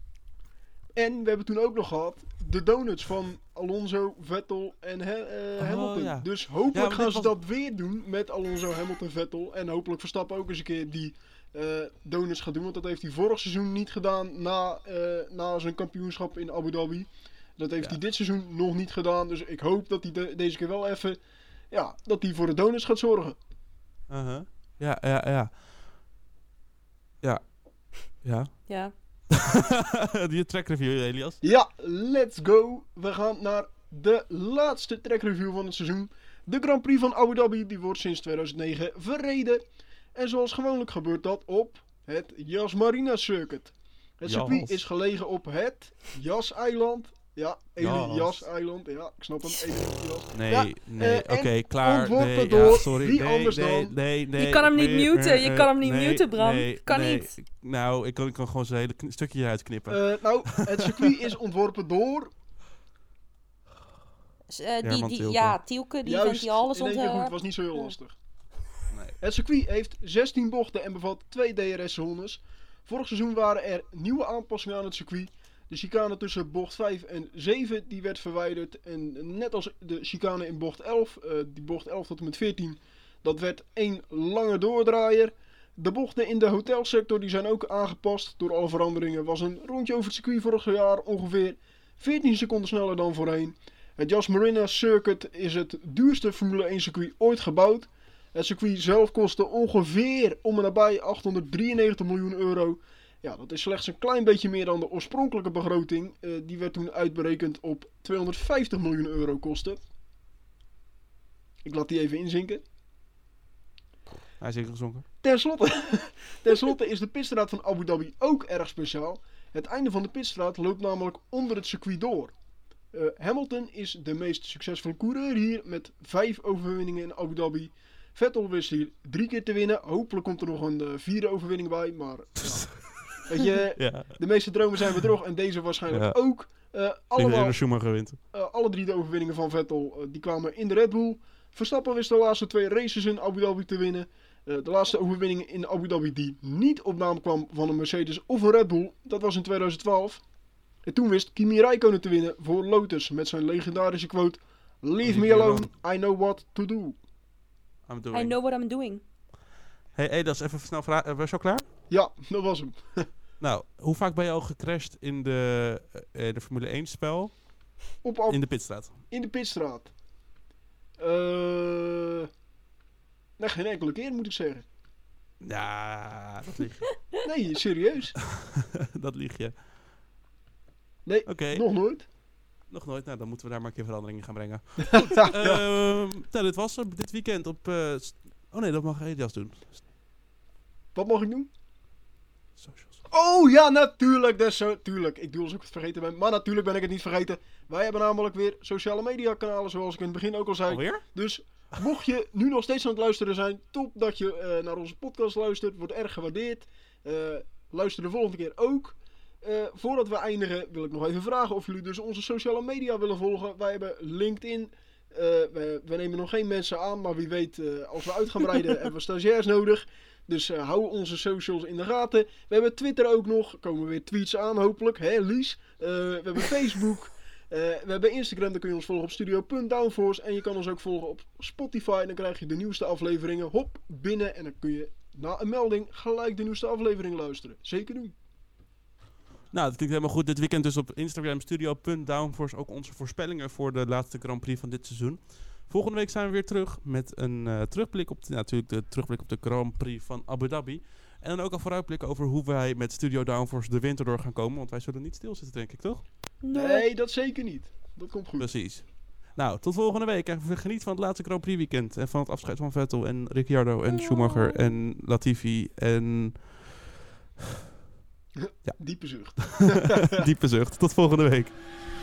En we hebben toen ook nog gehad de donuts van Alonso, Vettel en He- eh, Oh, Hamilton. ja. Dus Ja, hopelijk want gaan dit ze was- dat weer doen met Alonso, Hamilton, Vettel. En hopelijk Verstappen ook eens een keer die eh, donuts gaat doen. Want dat heeft hij vorig seizoen niet gedaan na, eh, na zijn kampioenschap in Abu Dhabi. Dat heeft Ja. hij dit seizoen nog niet gedaan. Dus ik hoop dat hij de- deze keer wel even, ja, dat hij voor de donuts gaat zorgen. Uh-huh. Ja, ja, ja. Ja. Ja. Ja. Die track review, Elias. Ja, let's go. We gaan naar de laatste trackreview van het seizoen. De Grand Prix van Abu Dhabi, die wordt sinds tweeduizend negen verreden. En zoals gewoonlijk gebeurt dat op het Yas Marina Circuit. Het Yas. circuit is gelegen op het Yas-eiland. Ja, Elias Yas. eiland. Ja, ik snap hem. Elias. Nee, Ja, nee, eh, oké, en klaar. ontworpen Nee, door ja, sorry. wie nee, anders nee, dan? nee, nee, Je kan hem niet nee, muten, eh, je eh, kan hem niet nee, muten, Bram. nee, Kan nee. niet. Nou, ik kan, ik kan gewoon zijn hele kn- stukje hieruit knippen. Eh, nou, het circuit is ontworpen door... Dus, eh, die, Herman die, Tielke. ja, Tielke, die vent Juist, die alles in één keer goed. Het ontwerpt. was niet zo heel Ja. lastig. Nee. Het circuit heeft zestien bochten en bevat twee D R S-zones. Vorig seizoen waren er nieuwe aanpassingen aan het circuit. De chicane tussen bocht vijf en zeven die werd verwijderd. En net als de chicane in bocht elf, eh, die bocht elf tot en met veertien, dat werd één lange doordraaier. De bochten in de hotelsector die zijn ook aangepast door alle veranderingen. Was een rondje over het circuit vorig jaar ongeveer veertien seconden sneller dan voorheen. Het Yas Marina Circuit is het duurste Formule één circuit ooit gebouwd. Het circuit zelf kostte ongeveer om en nabij achthonderddrieënnegentig miljoen euro. Ja, dat is slechts een klein beetje meer dan de oorspronkelijke begroting. Uh, die werd toen uitberekend op tweehonderdvijftig miljoen euro kosten. Ik laat die even inzinken. Hij is ingezonken. Ten slotte, ten slotte is de pitstraat van Abu Dhabi ook erg speciaal. Het einde van de pitstraat loopt namelijk onder het circuit door. Uh, Hamilton is de meest succesvolle coureur hier met vijf overwinningen in Abu Dhabi. Vettel wist hier drie keer te winnen. Hopelijk komt er nog een uh, vierde overwinning bij, maar ja. Weet je, Ja. de meeste dromen zijn bedrog en deze waarschijnlijk Ja. ook. Uh, allemaal, Schumacher wint. uh, alle drie de overwinningen van Vettel uh, die kwamen in de Red Bull. Verstappen wist de laatste twee races in Abu Dhabi te winnen. Uh, de laatste overwinning in Abu Dhabi die niet op naam kwam van een Mercedes of een Red Bull, dat was in tweeduizend twaalf. En toen wist Kimi Räikkönen te winnen voor Lotus met zijn legendarische quote: Leave me alone, I know what to do. I'm doing. I know what I'm doing. Hey, hey, dat is even snel vragen. Uh, ben je zo klaar? Ja, dat was hem. Nou, hoe vaak ben je al gecrashed in de, uh, de Formule één spel Op Ab- in de pitstraat? in de pitstraat. Uh, nee, geen enkele keer moet ik zeggen. Ja, dat lieg je. Nee, serieus. dat lieg je. Nee, Oké, okay. nog nooit. Nog nooit. Nou, dan moeten we daar maar een keer verandering in gaan brengen. Goed, ja. uh, nou, dit was het dit weekend op... Uh, st- oh nee, dat mag Elias doen. Wat mag ik doen? Socials. Oh ja, natuurlijk. Dat is zo, tuurlijk. Ik doe alsof ik het vergeten ben. Maar natuurlijk ben ik het niet vergeten. Wij hebben namelijk weer sociale media kanalen, zoals ik in het begin ook al zei. Alweer? Dus mocht je nu nog steeds aan het luisteren zijn, top dat je uh, naar onze podcast luistert. Wordt erg gewaardeerd. Uh, luister de volgende keer ook. Uh, voordat we eindigen wil ik nog even vragen of jullie dus onze sociale media willen volgen. Wij hebben LinkedIn. Uh, we, we nemen nog geen mensen aan, maar wie weet uh, als we uit gaan breiden hebben we stagiairs nodig. Dus uh, hou onze socials in de gaten. We hebben Twitter ook nog. Er komen weer tweets aan hopelijk. Hè Lies? Uh, we hebben Facebook. Uh, we hebben Instagram. Daar kun je ons volgen op studio punt downforce. En je kan ons ook volgen op Spotify. Dan krijg je de nieuwste afleveringen hop binnen. En dan kun je na een melding gelijk de nieuwste aflevering luisteren. Zeker doen. Nou, dat klinkt helemaal goed. Dit weekend dus op Instagram studio punt downforce ook onze voorspellingen voor de laatste Grand Prix van dit seizoen. Volgende week zijn we weer terug met een uh, terugblik op de, nou, natuurlijk de terugblik op de Grand Prix van Abu Dhabi. En dan ook een vooruitblik over hoe wij met Studio Downforce de winter door gaan komen. Want wij zullen niet stilzitten, denk ik, toch? Nee, nee dat zeker niet. Dat komt goed. Precies. Nou, tot volgende week. En geniet van het laatste Grand Prix weekend. En van het afscheid van Vettel en Ricciardo en Schumacher en Latifi en... Ja. Diepe zucht. Diepe zucht. Tot volgende week.